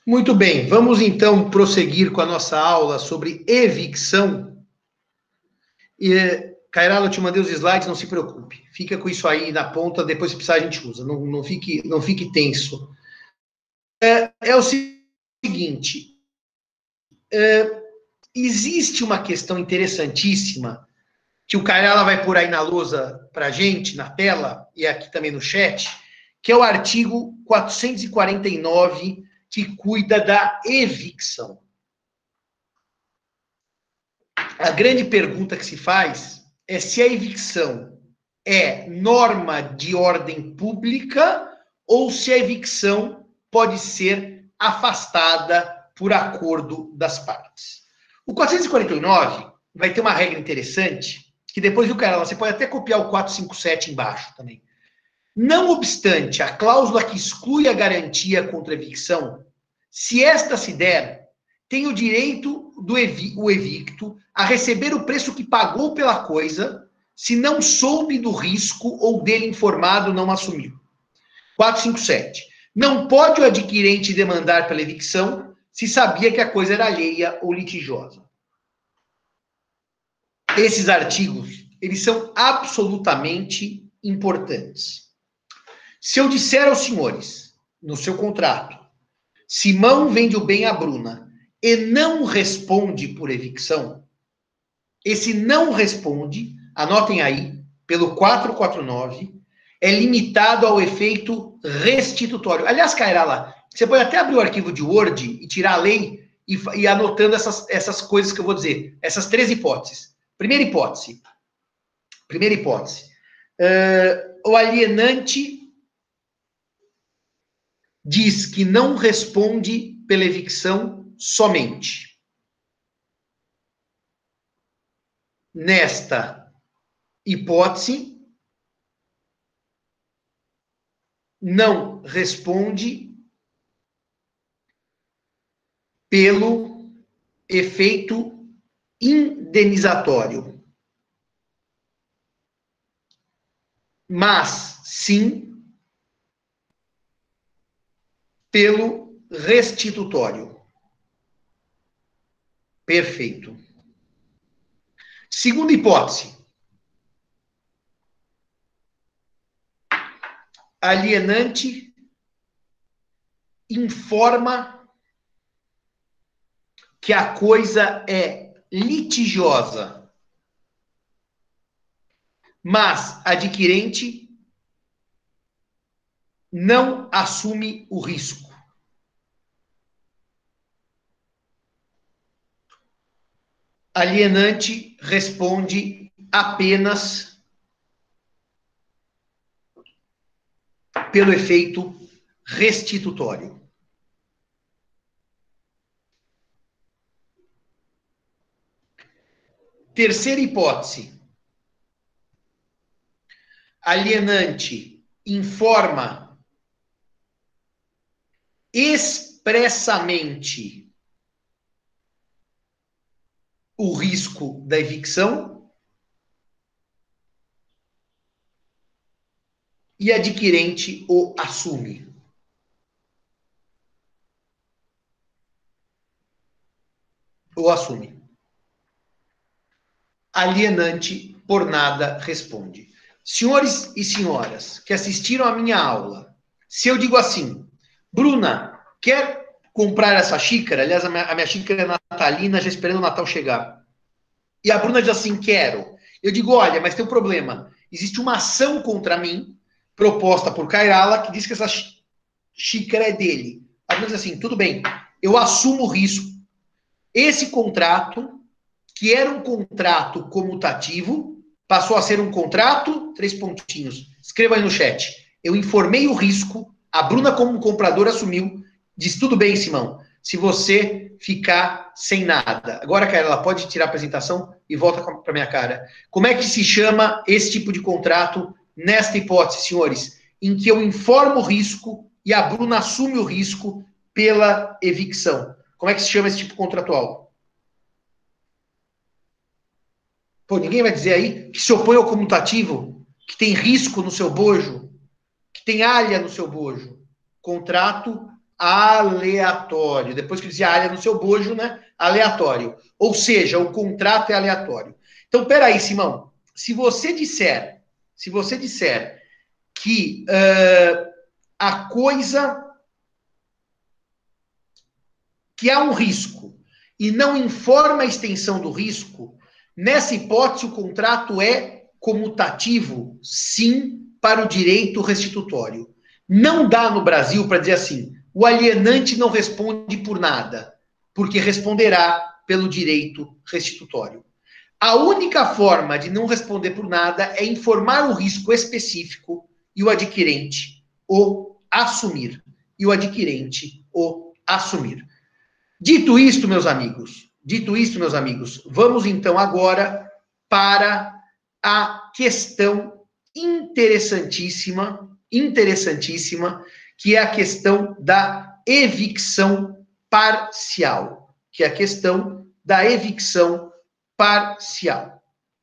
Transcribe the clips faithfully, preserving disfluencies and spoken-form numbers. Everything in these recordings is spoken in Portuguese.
Muito bem, vamos então prosseguir com a nossa aula sobre evicção. E, Cairala, eu te mandei os slides, não se preocupe. Fica com isso aí na ponta, depois se precisar a gente usa. Não, não, fique, não fique tenso. É, é o seguinte, é, existe uma questão interessantíssima que o Cairala vai pôr aí na lousa para a gente, na tela, e aqui também no chat, que é o artigo quatrocentos e quarenta e nove, que cuida da evicção. A grande pergunta que se faz é se a evicção é norma de ordem pública ou se a evicção pode ser afastada por acordo das partes. O quatrocentos e quarenta e nove vai ter uma regra interessante, que depois, viu, cara, você pode até copiar o quatrocentos e cinquenta e sete embaixo também. Não obstante a cláusula que exclui a garantia contra evicção, se esta se der, tem o direito do evi o evicto a receber o preço que pagou pela coisa, se não soube do risco ou dele informado não assumiu. quatrocentos e cinquenta e sete. Não pode o adquirente demandar pela evicção se sabia que a coisa era alheia ou litigiosa. Esses artigos, eles são absolutamente importantes. Se eu disser aos senhores, no seu contrato, Simão vende o bem a Bruna e não responde por evicção, esse não responde, anotem aí, pelo quatrocentos e quarenta e nove, é limitado ao efeito restitutório. Aliás, Cairala, você pode até abrir o arquivo de Word e tirar a lei e ir anotando essas, essas coisas que eu vou dizer, essas três hipóteses. Primeira hipótese. Primeira hipótese. Uh, o alienante diz que não responde pela evicção somente. Nesta hipótese, não responde pelo efeito indenizatório, mas sim pelo restitutório. Perfeito. Segunda hipótese. Alienante informa que a coisa é litigiosa, mas adquirente não assume o risco. Alienante responde apenas pelo efeito restitutório. Terceira hipótese. Alienante informa expressamente o risco da evicção e adquirente o assume. O assume. Alienante por nada responde. Senhores e senhoras que assistiram à minha aula, se eu digo assim, Bruna, quer comprar essa xícara? Aliás, a minha, a minha xícara é natalina, já esperando o Natal chegar. E a Bruna diz assim, quero. Eu digo, olha, mas tem um problema. Existe uma ação contra mim, proposta por Cairala, que diz que essa xícara é dele. A Bruna diz assim, tudo bem, eu assumo o risco. Esse contrato, que era um contrato comutativo, passou a ser um contrato, três pontinhos. Escreva aí no chat. Eu informei o risco, a Bruna, como compradora, assumiu, disse, tudo bem, Simão, se você ficar sem nada. Agora, cara, ela pode tirar a apresentação e volta para minha cara. Como é que se chama esse tipo de contrato nesta hipótese, senhores? Em que eu informo o risco e a Bruna assume o risco pela evicção. Como é que se chama esse tipo contratual? Pô, ninguém vai dizer aí que se opõe ao comutativo, que tem risco no seu bojo, que tem alha no seu bojo. Contrato aleatório. Depois que eu dizia alha no seu bojo, né? Aleatório. Ou seja, o contrato é aleatório. Então, peraí, Simão. Se você disser, se você disser que uh, a coisa, que há um risco e não informa a extensão do risco, nessa hipótese o contrato é comutativo, sim, para o direito restitutório. Não dá no Brasil para dizer assim, o alienante não responde por nada, porque responderá pelo direito restitutório. A única forma de não responder por nada é informar o risco específico e o adquirente o assumir. E o adquirente o assumir. Dito isto, meus amigos, dito isto, meus amigos, vamos então agora para a questão interessantíssima, interessantíssima, que é a questão da evicção parcial, que é a questão da evicção parcial.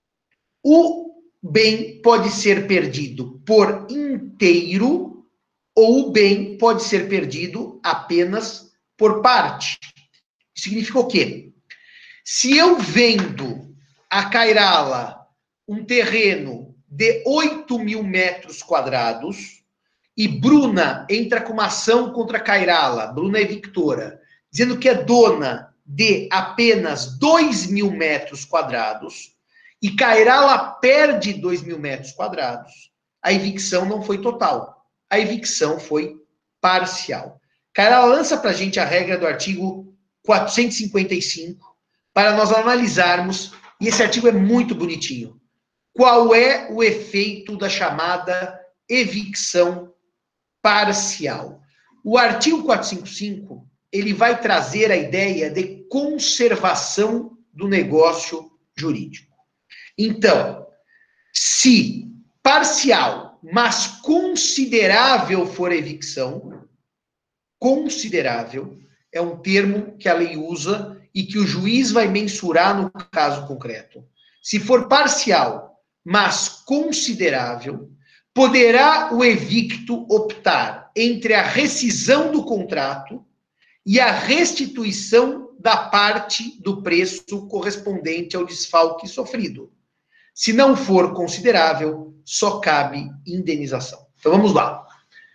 O bem pode ser perdido por inteiro ou o bem pode ser perdido apenas por parte. Significa o quê? Se eu vendo a Cairala um terreno de oito mil metros quadrados e Bruna entra com uma ação contra a Cairala, Bruna é Victora, dizendo que é dona de apenas dois mil metros quadrados e Cairala perde dois mil metros quadrados, a evicção não foi total, a evicção foi parcial. Cairala lança para a gente a regra do artigo quatrocentos e cinquenta e cinco para nós analisarmos, e esse artigo é muito bonitinho, qual é o efeito da chamada evicção parcial. O artigo quatrocentos e cinquenta e cinco, ele vai trazer a ideia de conservação do negócio jurídico. Então, se parcial, mas considerável for a evicção, considerável é um termo que a lei usa e que o juiz vai mensurar no caso concreto. Se for parcial, mas considerável, poderá o evicto optar entre a rescisão do contrato e a restituição da parte do preço correspondente ao desfalque sofrido. Se não for considerável, só cabe indenização. Então vamos lá.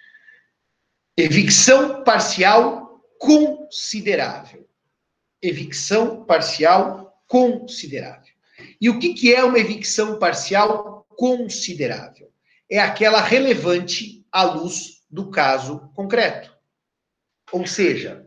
Evicção parcial considerável. Evicção parcial considerável. E o que, que é uma evicção parcial considerável? É aquela relevante à luz do caso concreto. Ou seja,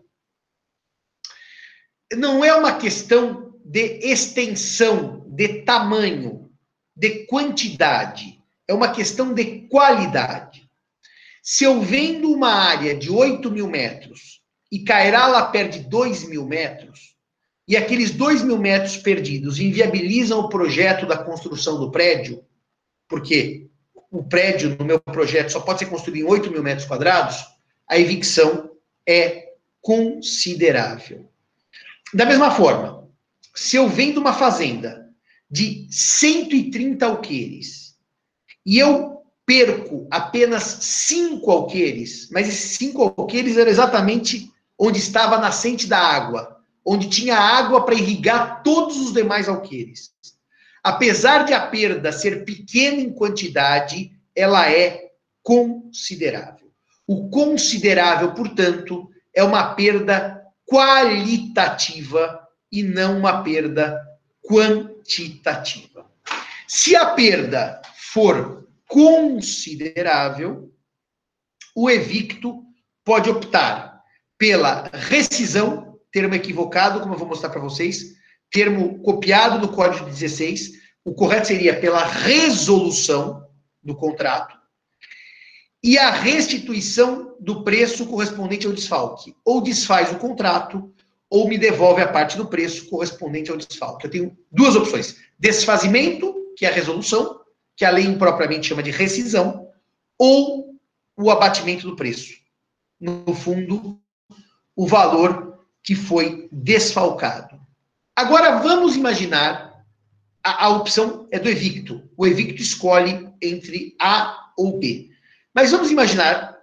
não é uma questão de extensão, de tamanho, de quantidade. É uma questão de qualidade. Se eu vendo uma área de oito mil metros e Cairala perde dois mil metros, e aqueles dois mil metros perdidos inviabilizam o projeto da construção do prédio, porque o prédio no meu projeto só pode ser construído em oito mil metros quadrados, a evicção é considerável. Da mesma forma, se eu vendo uma fazenda de cento e trinta alqueires e eu perco apenas cinco alqueires, mas esses cinco alqueires eram exatamente onde estava a nascente da água, onde tinha água para irrigar todos os demais alqueires. Apesar de a perda ser pequena em quantidade, ela é considerável. O considerável, portanto, é uma perda qualitativa e não uma perda quantitativa. Se a perda for considerável, o evicto pode optar pela rescisão, termo equivocado, como eu vou mostrar para vocês, termo copiado do Código dezesseis, o correto seria pela resolução do contrato, e a restituição do preço correspondente ao desfalque. Ou desfaz o contrato, ou me devolve a parte do preço correspondente ao desfalque. Eu tenho duas opções. Desfazimento, que é a resolução, que a lei impropriamente chama de rescisão, ou o abatimento do preço. No fundo, o valor que foi desfalcado. Agora, vamos imaginar, a, a opção é do evicto. O evicto escolhe entre A ou B. Mas vamos imaginar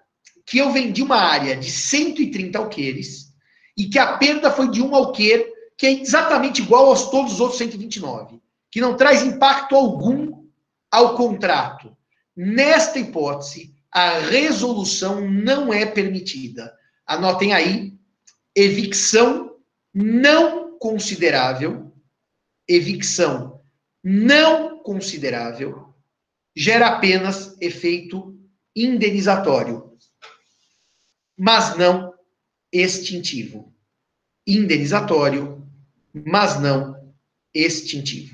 que eu vendi uma área de cento e trinta alqueires e que a perda foi de um alqueire, que é exatamente igual aos todos os outros cento e vinte e nove, que não traz impacto algum ao contrato. Nesta hipótese, a resolução não é permitida. Anotem aí, evicção não considerável, evicção não considerável, gera apenas efeito indenizatório, mas não extintivo. Indenizatório, mas não extintivo.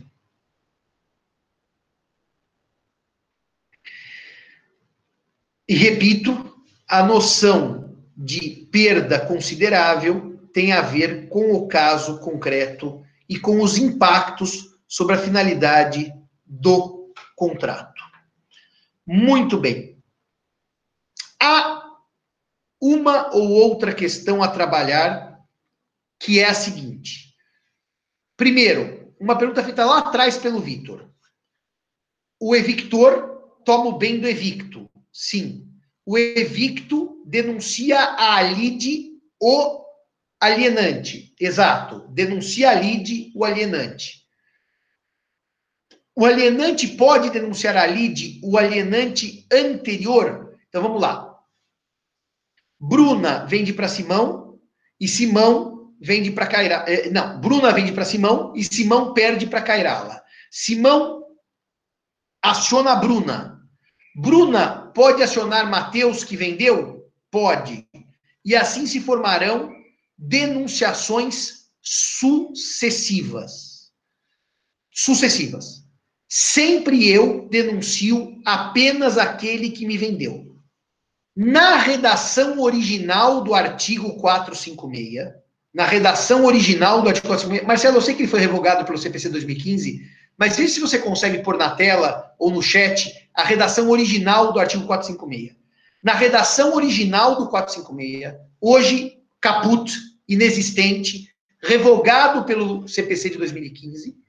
E repito, a noção de perda considerável tem a ver com o caso concreto e com os impactos sobre a finalidade do contrato. Muito bem. Há uma ou outra questão a trabalhar, que é a seguinte. Primeiro, uma pergunta feita lá atrás pelo Vitor. O evictor toma o bem do evicto. Sim. O evicto denuncia a alide o alienante. Exato. Denuncia a alide o alienante. O alienante pode denunciar a alide o alienante anterior? Então vamos lá. Bruna vende para Simão e Simão vende para Cairala. Não, Bruna vende para Simão e Simão perde para Cairala. Simão aciona a Bruna. Bruna pode acionar Mateus, que vendeu? Pode. E assim se formarão denunciações sucessivas. Sucessivas. Sempre eu denuncio apenas aquele que me vendeu. Na redação original do artigo quatrocentos e cinquenta e seis, na redação original do artigo quatrocentos e cinquenta e seis, Marcelo, eu sei que ele foi revogado pelo C P C dois mil e quinze, mas veja se você consegue pôr na tela ou no chat a redação original do artigo quatrocentos e cinquenta e seis. Na redação original do quatrocentos e cinquenta e seis, hoje caput, inexistente, revogado pelo C P C de dois mil e quinze,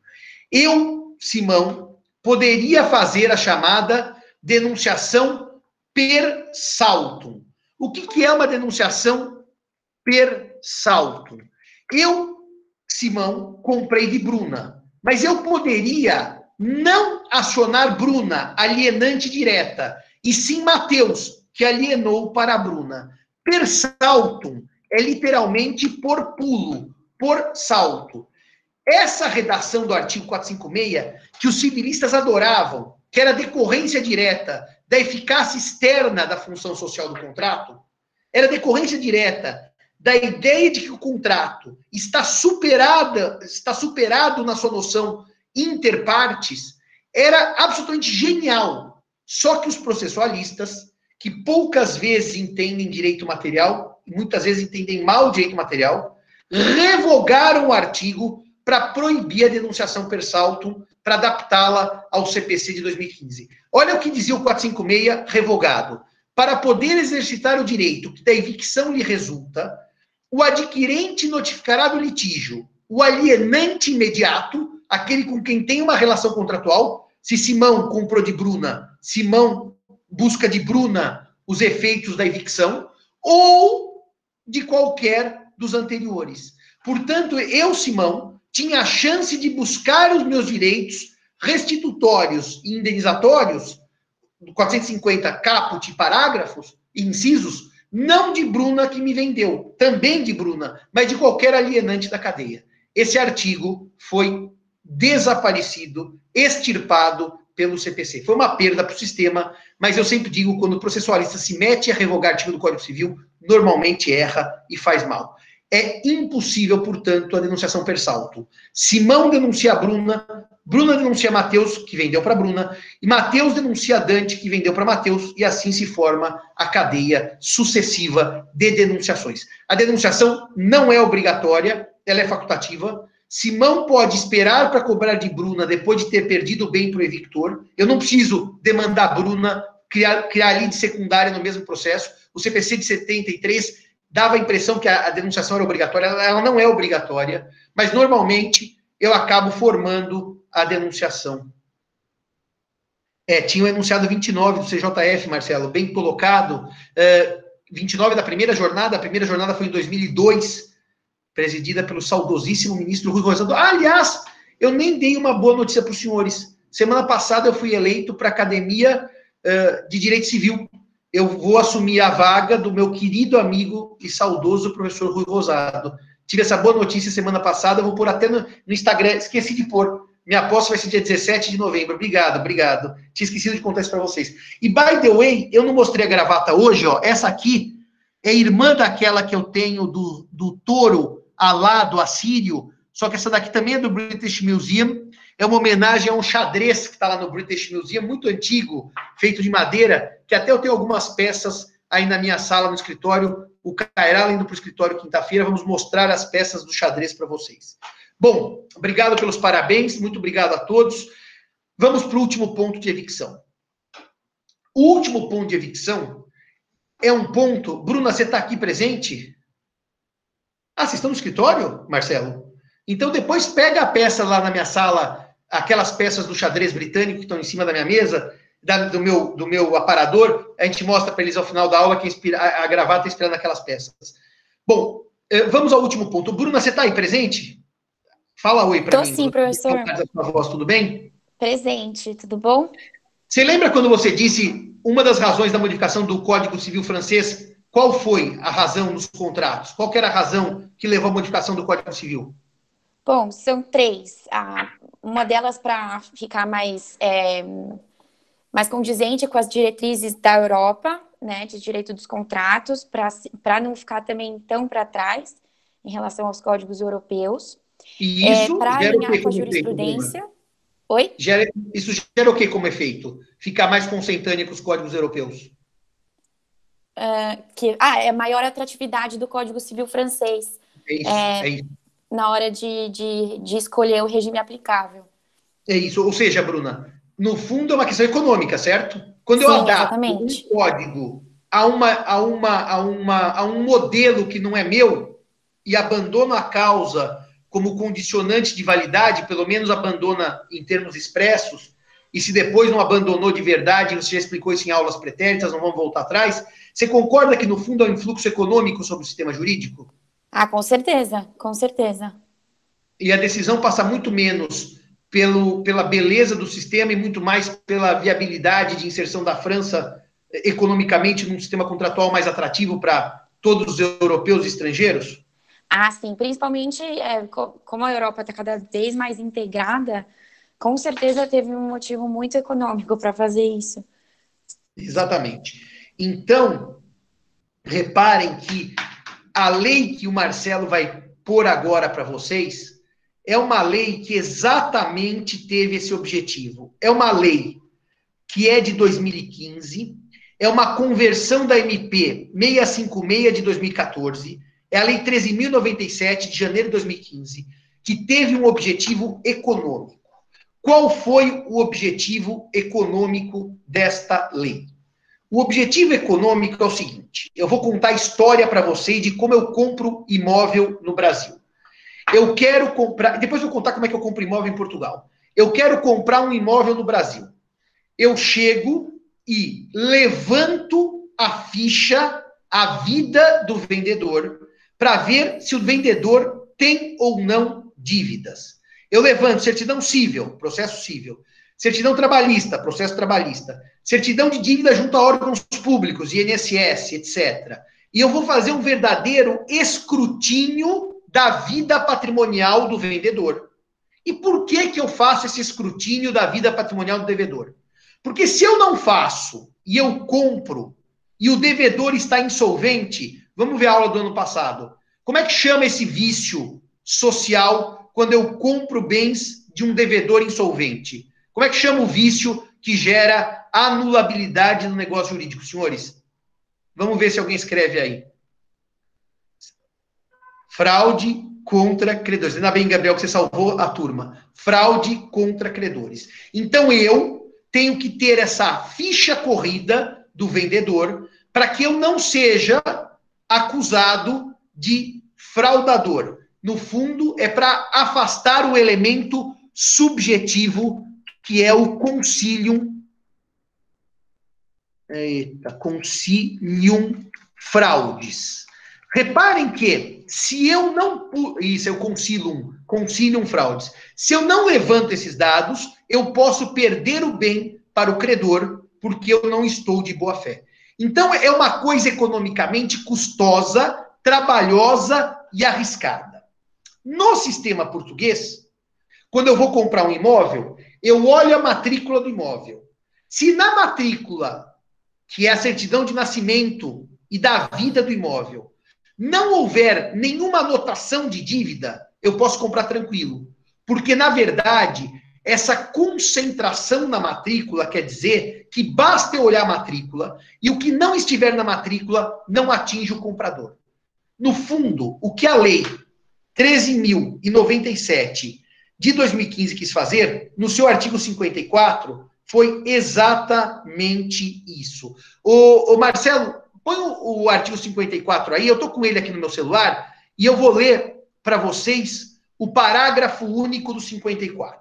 eu, Simão, poderia fazer a chamada denunciação per saltum. O que, que é uma denunciação per saltum? Eu, Simão, comprei de Bruna, mas eu poderia não acionar Bruna, alienante direta, e sim Mateus, que alienou para a Bruna. Per saltum é literalmente por pulo, por salto. Essa redação do artigo quatrocentos e cinquenta e seis, que os civilistas adoravam, que era decorrência direta da eficácia externa da função social do contrato, era decorrência direta da ideia de que o contrato está superada, está superado na sua noção interpartes, era absolutamente genial. Só que os processualistas, que poucas vezes entendem direito material, e muitas vezes entendem mal o direito material, revogaram o artigo para proibir a denunciação per saltum, para adaptá-la ao C P C de dois mil e quinze. Olha o que dizia o quatrocentos e cinquenta e seis revogado. Para poder exercitar o direito que da evicção lhe resulta, o adquirente notificará do litígio o alienante imediato, aquele com quem tem uma relação contratual. Se Simão comprou de Bruna, Simão busca de Bruna os efeitos da evicção, ou de qualquer dos anteriores. Portanto, eu, Simão, tinha a chance de buscar os meus direitos restitutórios e indenizatórios, quatrocentos e cinquenta caput parágrafos e incisos, não de Bruna que me vendeu, também de Bruna, mas de qualquer alienante da cadeia. Esse artigo foi desaparecido, extirpado pelo C P C. Foi uma perda para o sistema, mas eu sempre digo, quando o processualista se mete a revogar artigo do Código Civil, normalmente erra e faz mal. É impossível, portanto, a denunciação per saltum. Simão denuncia a Bruna, Bruna denuncia Mateus, que vendeu para Bruna, e Mateus denuncia Dante, que vendeu para Mateus, e assim se forma a cadeia sucessiva de denunciações. A denunciação não é obrigatória, ela é facultativa. Simão pode esperar para cobrar de Bruna depois de ter perdido o bem para o evictor. Eu não preciso demandar Bruna, criar, criar a lide secundária no mesmo processo. O C P C de setenta e três dava a impressão que a, a denunciação era obrigatória. Ela, ela não é obrigatória, mas normalmente eu acabo formando a denunciação. É, tinha o enunciado vinte e nove do C J F, Marcelo, bem colocado. É, vinte e nove da primeira jornada, a primeira jornada foi em dois mil e dois, presidida pelo saudosíssimo ministro Rui Rosado. Ah, aliás, eu nem dei uma boa notícia para os senhores. Semana passada eu fui eleito para a Academia uh, de Direito Civil. Eu vou assumir a vaga do meu querido amigo e saudoso professor Rui Rosado. Tive essa boa notícia semana passada, eu vou pôr até no, no Instagram, esqueci de pôr. Minha aposta vai ser dia dezessete de novembro. Obrigado, obrigado. Tinha esquecido de contar isso para vocês. E, by the way, eu não mostrei a gravata hoje, ó. Essa aqui é irmã daquela que eu tenho do, do touro alado assírio, só que essa daqui também é do British Museum. É uma homenagem a um xadrez que está lá no British Museum, muito antigo, feito de madeira, que até eu tenho algumas peças aí na minha sala, no escritório. O Cairá indo para o escritório quinta-feira, vamos mostrar as peças do xadrez para vocês. Bom, obrigado pelos parabéns, muito obrigado a todos. Vamos para o último ponto de evicção. O último ponto de evicção é um ponto... Bruna, você está aqui presente? Ah, vocês estão no escritório, Marcelo? Então depois pega a peça lá na minha sala, aquelas peças do xadrez britânico que estão em cima da minha mesa, da, do, meu, do meu aparador, a gente mostra para eles ao final da aula que inspira, a, a gravata inspirando aquelas peças. Bom, vamos ao último ponto. Bruna, você está aí presente? Fala oi para mim. Tô sim, professor. Sua voz, tudo bem? Presente, tudo bom? Você lembra quando você disse uma das razões da modificação do Código Civil francês? Qual foi a razão nos contratos? Qual que era a razão que levou à modificação do Código Civil? Bom, são três. Ah, uma delas para ficar mais, é, mais condizente com as diretrizes da Europa, né, de direito dos contratos, para não ficar também tão para trás em relação aos códigos europeus. E isso é, para alinhar com a jurisprudência. jurisprudência. Oi? Gera, isso gera o que como efeito? Ficar mais consentânea com os códigos europeus? Uh, que, ah, é maior atratividade do Código Civil francês. É isso, é, é isso. Na hora de, de, de escolher o regime aplicável. É isso. Ou seja, Bruna, no fundo é uma questão econômica, certo? Quando Sim, eu adapto exatamente. um código a, uma, a, uma, a, uma, a um modelo que não é meu e abandono a causa como condicionante de validade, pelo menos abandona em termos expressos, e se depois não abandonou de verdade, você já explicou isso em aulas pretéritas, não vamos voltar atrás, você concorda que, no fundo, há um influxo econômico sobre o sistema jurídico? Ah, com certeza, com certeza. E a decisão passa muito menos pelo, pela beleza do sistema e muito mais pela viabilidade de inserção da França economicamente num sistema contratual mais atrativo para todos os europeus e estrangeiros? Ah, sim, principalmente é, como a Europa está cada vez mais integrada, com certeza teve um motivo muito econômico para fazer isso. Exatamente. Então, reparem que a lei que o Marcelo vai pôr agora para vocês é uma lei que exatamente teve esse objetivo. É uma lei que é de dois mil e quinze, é uma conversão da M P seiscentos e cinquenta e seis de dois mil e quatorze, é a Lei treze mil e noventa e sete, de janeiro de dois mil e quinze, que teve um objetivo econômico. Qual foi o objetivo econômico desta lei? O objetivo econômico é o seguinte, eu vou contar a história para vocês de como eu compro imóvel no Brasil. Eu quero comprar, depois eu vou contar como é que eu compro imóvel em Portugal. Eu quero comprar um imóvel no Brasil. Eu chego e levanto a ficha, a vida do vendedor, para ver se o vendedor tem ou não dívidas. Eu levanto certidão civil, processo civil, certidão trabalhista, processo trabalhista, certidão de dívida junto a órgãos públicos, I N S S, etcétera. E eu vou fazer um verdadeiro escrutínio da vida patrimonial do vendedor. E por que que eu faço esse escrutínio da vida patrimonial do devedor? Porque se eu não faço e eu compro e o devedor está insolvente, vamos ver a aula do ano passado. Como é que chama esse vício social quando eu compro bens de um devedor insolvente? Como é que chama o vício que gera anulabilidade no negócio jurídico, senhores? Vamos ver se alguém escreve aí. Fraude contra credores. Ainda bem, Gabriel, que você salvou a turma. Fraude contra credores. Então, eu tenho que ter essa ficha corrida do vendedor para que eu não seja acusado de fraudador. No fundo, é para afastar o elemento subjetivo que é o concilium, eita, concilium fraudes. Reparem que, se eu não... Isso, eu concilio, concilium fraudes. Se eu não levanto esses dados, eu posso perder o bem para o credor, porque eu não estou de boa fé. Então, é uma coisa economicamente custosa, trabalhosa e arriscada. No sistema português, quando eu vou comprar um imóvel, eu olho a matrícula do imóvel. Se na matrícula, que é a certidão de nascimento e da vida do imóvel, não houver nenhuma anotação de dívida, eu posso comprar tranquilo. Porque, na verdade, essa concentração na matrícula quer dizer que basta eu olhar a matrícula e o que não estiver na matrícula não atinge o comprador. No fundo, o que a lei treze mil e noventa e sete de dois mil e quinze quis fazer, no seu artigo cinquenta e quatro, foi exatamente isso. Ô, ô Marcelo, põe o, o artigo cinquenta e quatro aí, eu estou com ele aqui no meu celular, e eu vou ler para vocês o parágrafo único do cinquenta e quatro,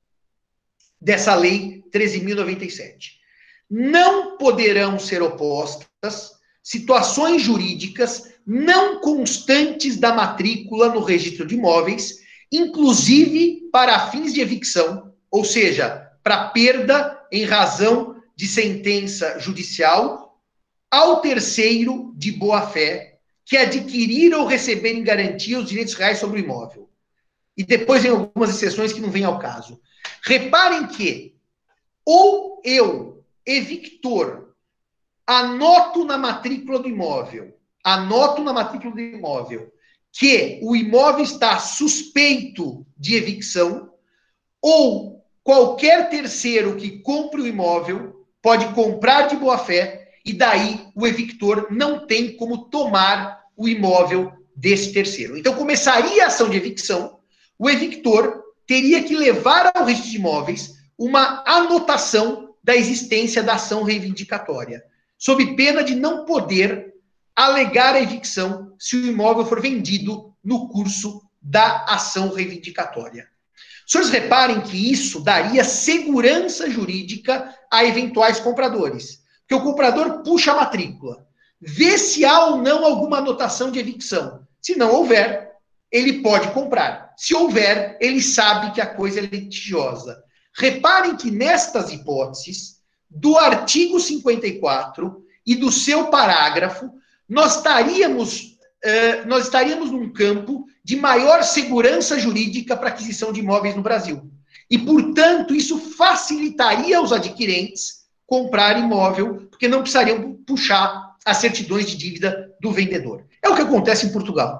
dessa lei treze mil e noventa e sete. Não poderão ser opostas situações jurídicas não constantes da matrícula no registro de imóveis, inclusive para fins de evicção, ou seja, para perda em razão de sentença judicial, ao terceiro de boa-fé, que adquirir ou receber em garantia os direitos reais sobre o imóvel. E depois vem algumas exceções que não vêm ao caso. Reparem que, ou eu, evictor, anoto na matrícula do imóvel, anoto na matrícula do imóvel, que o imóvel está suspeito de evicção, ou qualquer terceiro que compre o imóvel pode comprar de boa-fé, e daí o evictor não tem como tomar o imóvel desse terceiro. Então, começaria a ação de evicção, o evictor teria que levar ao registro de imóveis uma anotação da existência da ação reivindicatória, sob pena de não poder alegar a evicção se o imóvel for vendido no curso da ação reivindicatória. Os senhores reparem que isso daria segurança jurídica a eventuais compradores. Porque o comprador puxa a matrícula, vê se há ou não alguma anotação de evicção. Se não houver, ele pode comprar. Se houver, ele sabe que a coisa é litigiosa. Reparem que nestas hipóteses, do artigo cinquenta e quatro e do seu parágrafo, nós estaríamos, uh, nós estaríamos num campo de maior segurança jurídica para aquisição de imóveis no Brasil. E, portanto, isso facilitaria aos adquirentes comprar imóvel, porque não precisariam puxar as certidões de dívida do vendedor. É o que acontece em Portugal.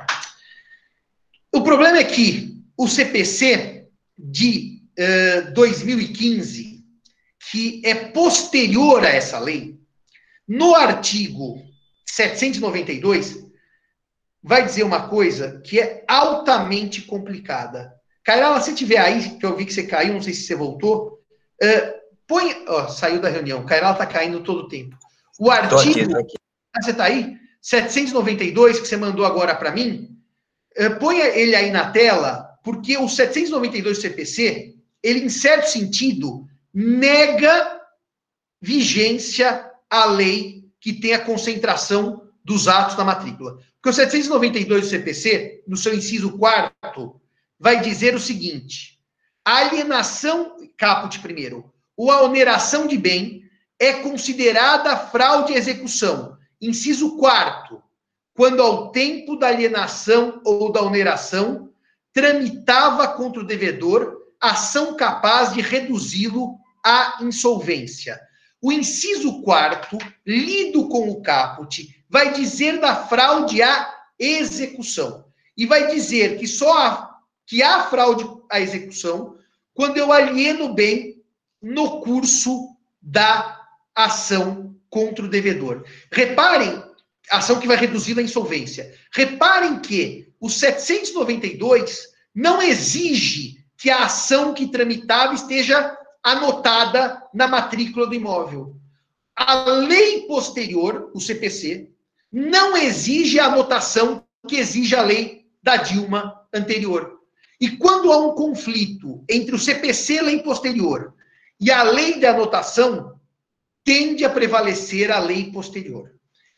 O problema é que o C P C de uh, dois mil e quinze, que é posterior a essa lei, no artigo setecentos e noventa e dois, vai dizer uma coisa que é altamente complicada. Cairala, se tiver aí, que eu vi que você caiu, não sei se você voltou, uh, põe... Ó, saiu da reunião. Cairala está caindo todo o tempo. O artigo... Tô aqui, tô aqui. Ah, você está aí? setecentos e noventa e dois, que você mandou agora para mim, uh, põe ele aí na tela, porque o setecentos e noventa e dois do C P C, ele, em certo sentido, nega vigência à lei que tem a concentração dos atos na matrícula. Porque o setecentos e noventa e dois do C P C, no seu inciso quarto, vai dizer o seguinte: a alienação, caput primeiro, ou a oneração de bem é considerada fraude à execução. Inciso quarto, quando ao tempo da alienação ou da oneração tramitava contra o devedor ação capaz de reduzi-lo à insolvência. O inciso quarto, lido com o caput, vai dizer da fraude à execução. E vai dizer que só há, que há fraude à execução quando eu alieno o bem no curso da ação contra o devedor. Reparem, ação que vai reduzir a insolvência. Reparem que o setecentos e noventa e dois não exige que a ação que tramitava esteja anotada na matrícula do imóvel. A lei posterior, o C P C, não exige a anotação que exige a lei da Dilma anterior. E quando há um conflito entre o C P C, lei posterior, e a lei de anotação, tende a prevalecer a lei posterior.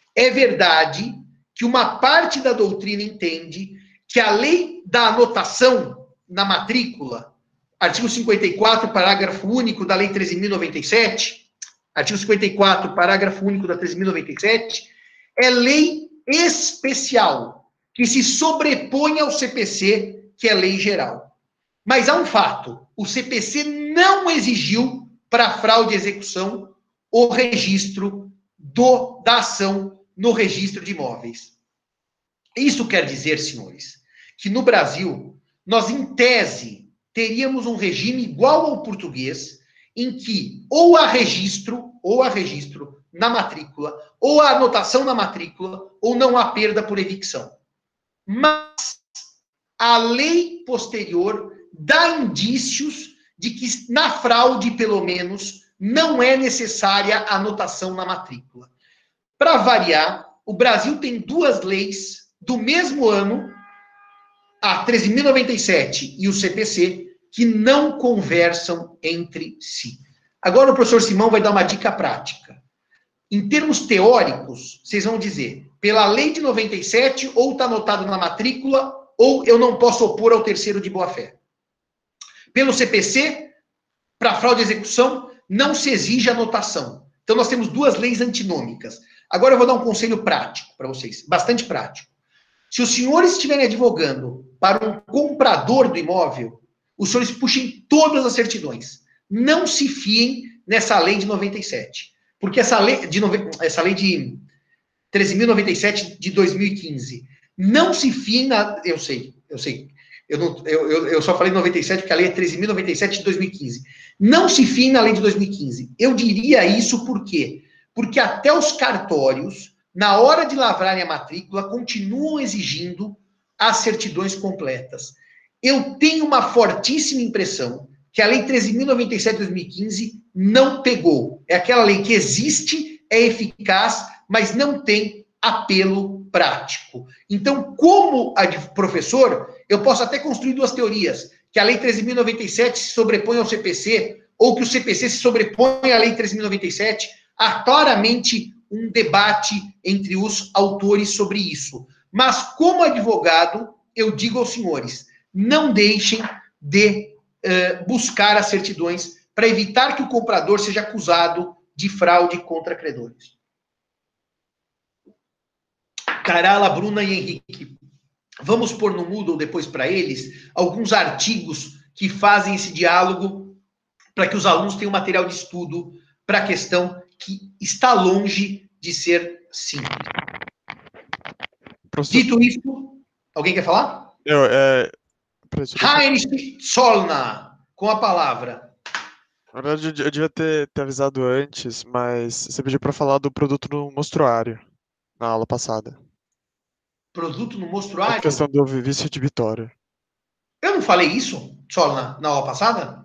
é verdade que uma parte da doutrina entende que a lei da anotação na matrícula, artigo cinquenta e quatro, parágrafo único da lei treze mil e noventa e sete, artigo cinquenta e quatro, parágrafo único da treze mil e noventa e sete, é lei especial, que se sobrepõe ao C P C, que é lei geral. Mas há um fato, o C P C não exigiu para fraude e execução o registro do, da ação no registro de imóveis. Isso quer dizer, senhores, que no Brasil, nós, em tese, teríamos um regime igual ao português, em que ou há registro, ou há registro na matrícula, ou há anotação na matrícula, ou não há perda por evicção. Mas a lei posterior dá indícios de que, na fraude, pelo menos, não é necessária a anotação na matrícula. Para variar, o Brasil tem duas leis do mesmo ano, a treze mil e noventa e sete e o C P C, que não conversam entre si. Agora o professor Simão vai dar uma dica prática. Em termos teóricos, vocês vão dizer, pela lei de noventa e sete, ou está anotado na matrícula, ou eu não posso opor ao terceiro de boa-fé. Pelo C P C, para fraude e execução, não se exige anotação. Então nós temos duas leis antinômicas. Agora eu vou dar um conselho prático para vocês, bastante prático. Se os senhores estiverem advogando para um comprador do imóvel, os senhores puxem todas as certidões. Não se fiem nessa lei de noventa e sete. Porque essa lei de, essa lei de treze mil e noventa e sete de dois mil e quinze, não se fiem na... Eu sei, eu sei. Eu, não, eu, eu, eu só falei noventa e sete porque a lei é treze mil e noventa e sete de dois mil e quinze. Não se fiem na lei de dois mil e quinze. Eu diria isso por quê? Porque até os cartórios, na hora de lavrarem a matrícula, continuam exigindo as certidões completas. Eu tenho uma fortíssima impressão que a lei treze mil e noventa e sete de dois mil e quinze não pegou. É aquela lei que existe, é eficaz, mas não tem apelo prático. Então, como professor, eu posso até construir duas teorias, que a lei treze mil e noventa e sete se sobrepõe ao C P C, ou que o C P C se sobrepõe à lei treze mil e noventa e sete. Há claramente um debate entre os autores sobre isso. Mas, como advogado, eu digo aos senhores, não deixem de uh, buscar as certidões para evitar que o comprador seja acusado de fraude contra credores. Carala, Bruna e Henrique, vamos pôr no Moodle depois para eles alguns artigos que fazem esse diálogo para que os alunos tenham material de estudo para a questão que está longe de ser simples. Professor... Dito isso, alguém quer falar? Eu, é... Heinrich Zollner, com a palavra. Na verdade, eu devia ter, ter avisado antes, mas você pediu para falar do produto no mostruário, na aula passada. Produto no mostruário? A questão do vício redibitório. Eu não falei isso, Zollner, na aula passada?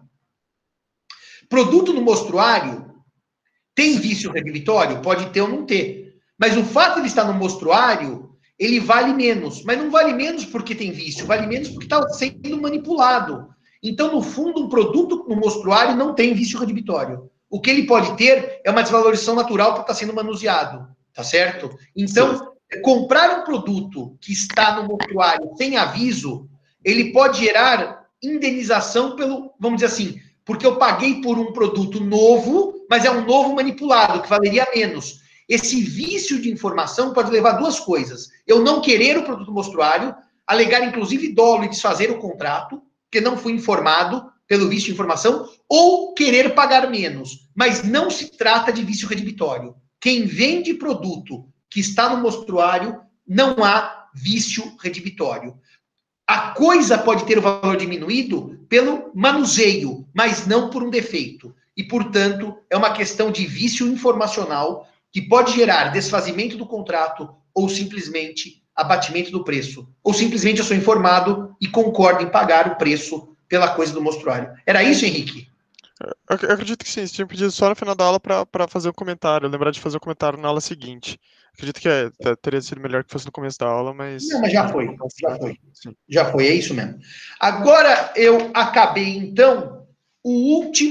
Produto no mostruário tem vício redibitório? Pode ter ou não ter. Mas o fato de ele estar no mostruário, ele vale menos. Mas não vale menos porque tem vício, vale menos porque está sendo manipulado. Então, no fundo, um produto no mostruário não tem vício redibitório. O que ele pode ter é uma desvalorização natural porque está sendo manuseado. Tá certo? Então, sim, comprar um produto que está no mostruário sem aviso, ele pode gerar indenização pelo, vamos dizer assim, porque eu paguei por um produto novo, mas é um novo manipulado, que valeria menos. Esse vício de informação pode levar a duas coisas. Eu não querer o produto mostruário, alegar inclusive dolo e desfazer o contrato, porque não fui informado pelo vício de informação, ou querer pagar menos. Mas não se trata de vício redibitório. Quem vende produto que está no mostruário, não há vício redibitório. A coisa pode ter o valor diminuído pelo manuseio, mas não por um defeito. E, portanto, é uma questão de vício informacional que pode gerar desfazimento do contrato ou simplesmente abatimento do preço. Ou simplesmente eu sou informado e concordo em pagar o preço pela coisa do mostruário. Era isso, Henrique? Eu acredito que sim. Você tinha pedido só no final da aula para fazer um comentário. Lembrar de fazer um comentário na aula seguinte. Acredito que é, teria sido melhor que fosse no começo da aula, mas... Não, mas já foi, já foi. Já foi, é isso mesmo. Agora eu acabei, então, o último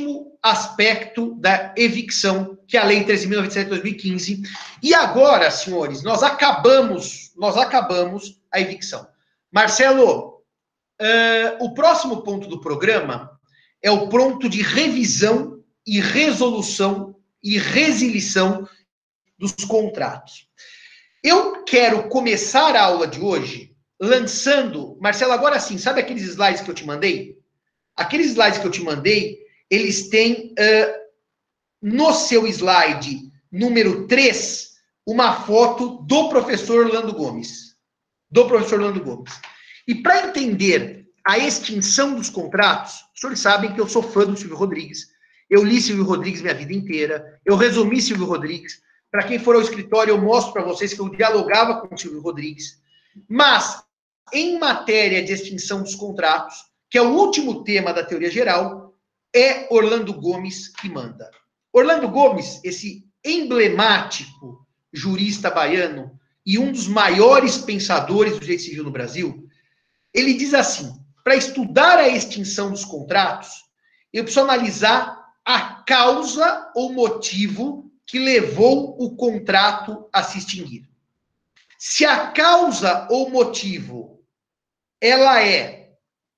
aspecto da evicção, que é a Lei treze mil e noventa e sete de dois mil e quinze. E agora, senhores, nós acabamos, nós acabamos a evicção. Marcelo, uh, o próximo ponto do programa é o ponto de revisão e resolução e resilição dos contratos. Eu quero começar a aula de hoje lançando... Marcelo, agora sim, sabe aqueles slides que eu te mandei? Aqueles slides que eu te mandei, eles têm uh, no seu slide número três uma foto do professor Orlando Gomes. Do professor Orlando Gomes. E para entender a extinção dos contratos, os senhores sabem que eu sou fã do Silvio Rodrigues. Eu li Silvio Rodrigues minha vida inteira. Eu resumi Silvio Rodrigues. Para quem for ao escritório, eu mostro para vocês que eu dialogava com o Silvio Rodrigues. Mas, em matéria de extinção dos contratos, que é o último tema da teoria geral, é Orlando Gomes que manda. Orlando Gomes, esse emblemático jurista baiano e um dos maiores pensadores do direito civil no Brasil, ele diz assim, para estudar a extinção dos contratos, eu preciso analisar a causa ou motivo que levou o contrato a se extinguir. Se a causa ou motivo ela é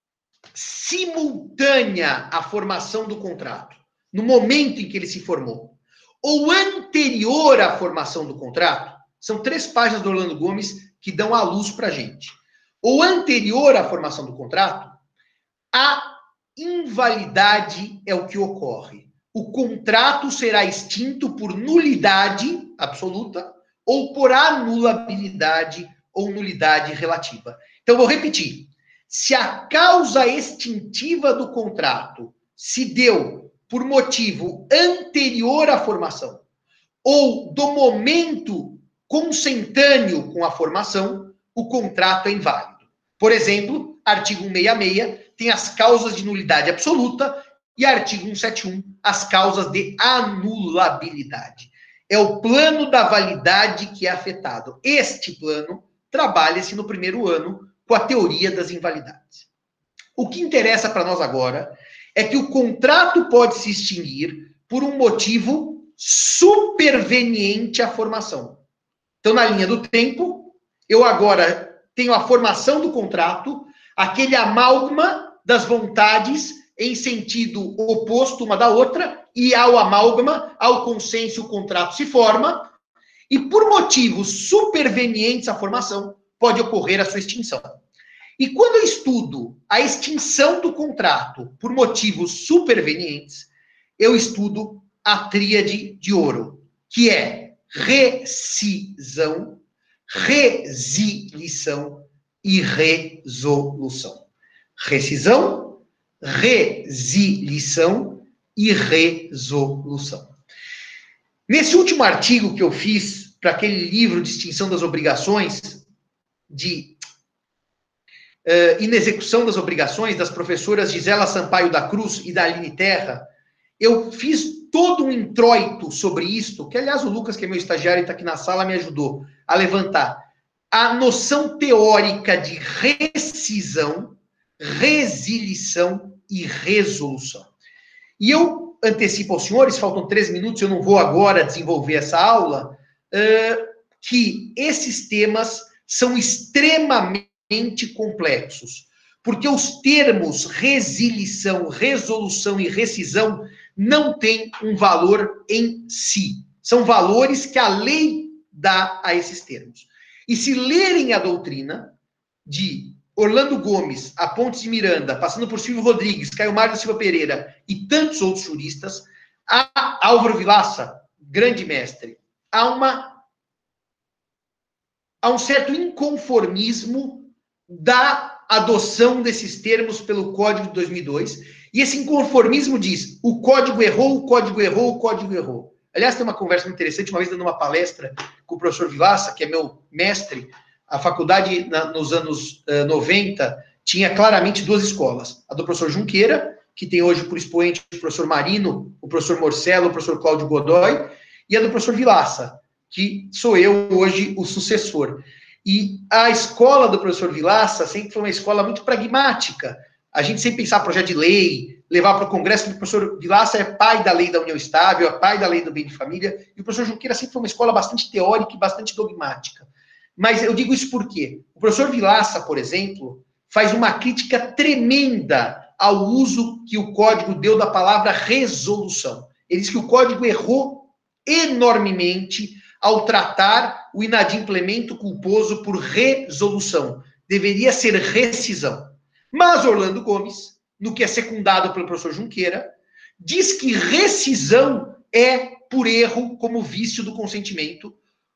simultânea à formação do contrato, no momento em que ele se formou, ou anterior à formação do contrato, são três páginas do Orlando Gomes que dão a luz para a gente. Ou anterior à formação do contrato, a invalidade é o que ocorre. O contrato será extinto por nulidade absoluta ou por anulabilidade ou nulidade relativa. Então, vou repetir. Se a causa extintiva do contrato se deu por motivo anterior à formação ou do momento consentâneo com a formação, o contrato é inválido. Por exemplo, artigo cento e sessenta e seis tem as causas de nulidade absoluta e artigo cento e setenta e um, as causas de anulabilidade. É o plano da validade que é afetado. Este plano trabalha-se no primeiro ano com a teoria das invalidades. O que interessa para nós agora é que o contrato pode se extinguir por um motivo superveniente à formação. Então, na linha do tempo, eu agora tenho a formação do contrato, aquele amálgama das vontades em sentido oposto uma da outra, e ao amálgama, ao consenso, o contrato se forma, e por motivos supervenientes à formação, pode ocorrer a sua extinção. E quando eu estudo a extinção do contrato por motivos supervenientes, eu estudo a tríade de ouro, que é rescisão, resilição e resolução. Rescisão, resilição e resolução. Nesse último artigo que eu fiz para aquele livro de extinção das obrigações, de uh, inexecução das obrigações, das professoras Gisela Sampaio da Cruz e da Aline Terra, eu fiz todo um introito sobre isto, que aliás o Lucas, que é meu estagiário e está aqui na sala, me ajudou a levantar a noção teórica de rescisão, resilição e resolução. E eu antecipo aos senhores, faltam três minutos, eu não vou agora desenvolver essa aula, uh, que esses temas são extremamente complexos, porque os termos resilição, resolução e rescisão não têm um valor em si. São valores que a lei dá a esses termos. E se lerem a doutrina de Orlando Gomes, a Pontes de Miranda, passando por Silvio Rodrigues, Caio Mário da Silva Pereira e tantos outros juristas, há Álvaro Vilaça, grande mestre, há, uma, há um certo inconformismo da adoção desses termos pelo Código de dois mil e dois, e esse inconformismo diz, o Código errou, o Código errou, o Código errou. Aliás, tem uma conversa muito interessante, uma vez dando uma palestra com o professor Vilaça, que é meu mestre. A faculdade, na, nos anos uh, noventa, tinha claramente duas escolas. A do professor Junqueira, que tem hoje por expoente o professor Marino, o professor Morcello, o professor Cláudio Godoy, e a do professor Vilaça, que sou eu hoje o sucessor. E a escola do professor Vilaça sempre foi uma escola muito pragmática. A gente sempre pensava projeto de lei, levar para o Congresso, que o professor Vilaça é pai da lei da união estável, é pai da lei do bem de família, e o professor Junqueira sempre foi uma escola bastante teórica e bastante dogmática. Mas eu digo isso por quê? O professor Vilaça, por exemplo, faz uma crítica tremenda ao uso que o código deu da palavra resolução. Ele diz que o código errou enormemente ao tratar o inadimplemento culposo por resolução. Deveria ser rescisão. Mas Orlando Gomes, no que é secundado pelo professor Junqueira, diz que rescisão é por erro como vício do consentimento,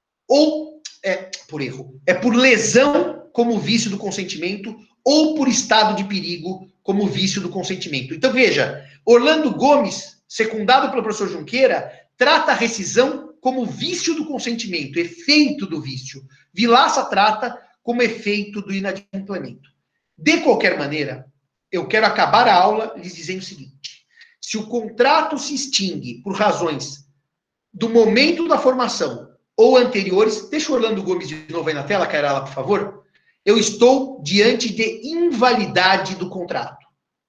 ou, é por erro, é por lesão como vício do consentimento, ou por estado de perigo como vício do consentimento. Então, veja, Orlando Gomes, secundado pelo professor Junqueira, trata a rescisão como vício do consentimento, efeito do vício. Vilaça trata como efeito do inadimplemento. De qualquer maneira, eu quero acabar a aula lhes dizendo o seguinte: se o contrato se extingue por razões do momento da formação ou anteriores, deixa o Orlando Gomes de novo aí na tela, Cairala, por favor. Eu estou diante de invalidade do contrato,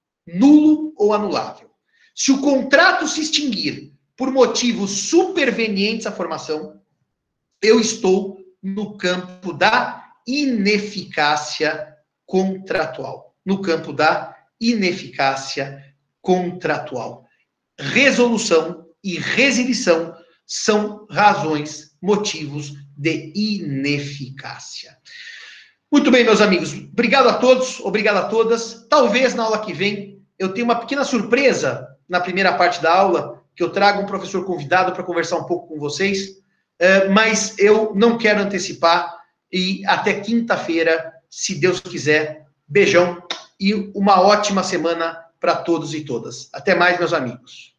nulo ou anulável. Se o contrato se extinguir por motivos supervenientes à formação, eu estou no campo da ineficácia contratual. No campo da ineficácia contratual. Resolução e resilição são razões, motivos de ineficácia. Muito bem, meus amigos. Obrigado a todos, obrigado a todas. Talvez na aula que vem eu tenha uma pequena surpresa na primeira parte da aula, que eu trago um professor convidado para conversar um pouco com vocês, mas eu não quero antecipar, e até quinta-feira, se Deus quiser. Beijão e uma ótima semana para todos e todas. Até mais, meus amigos.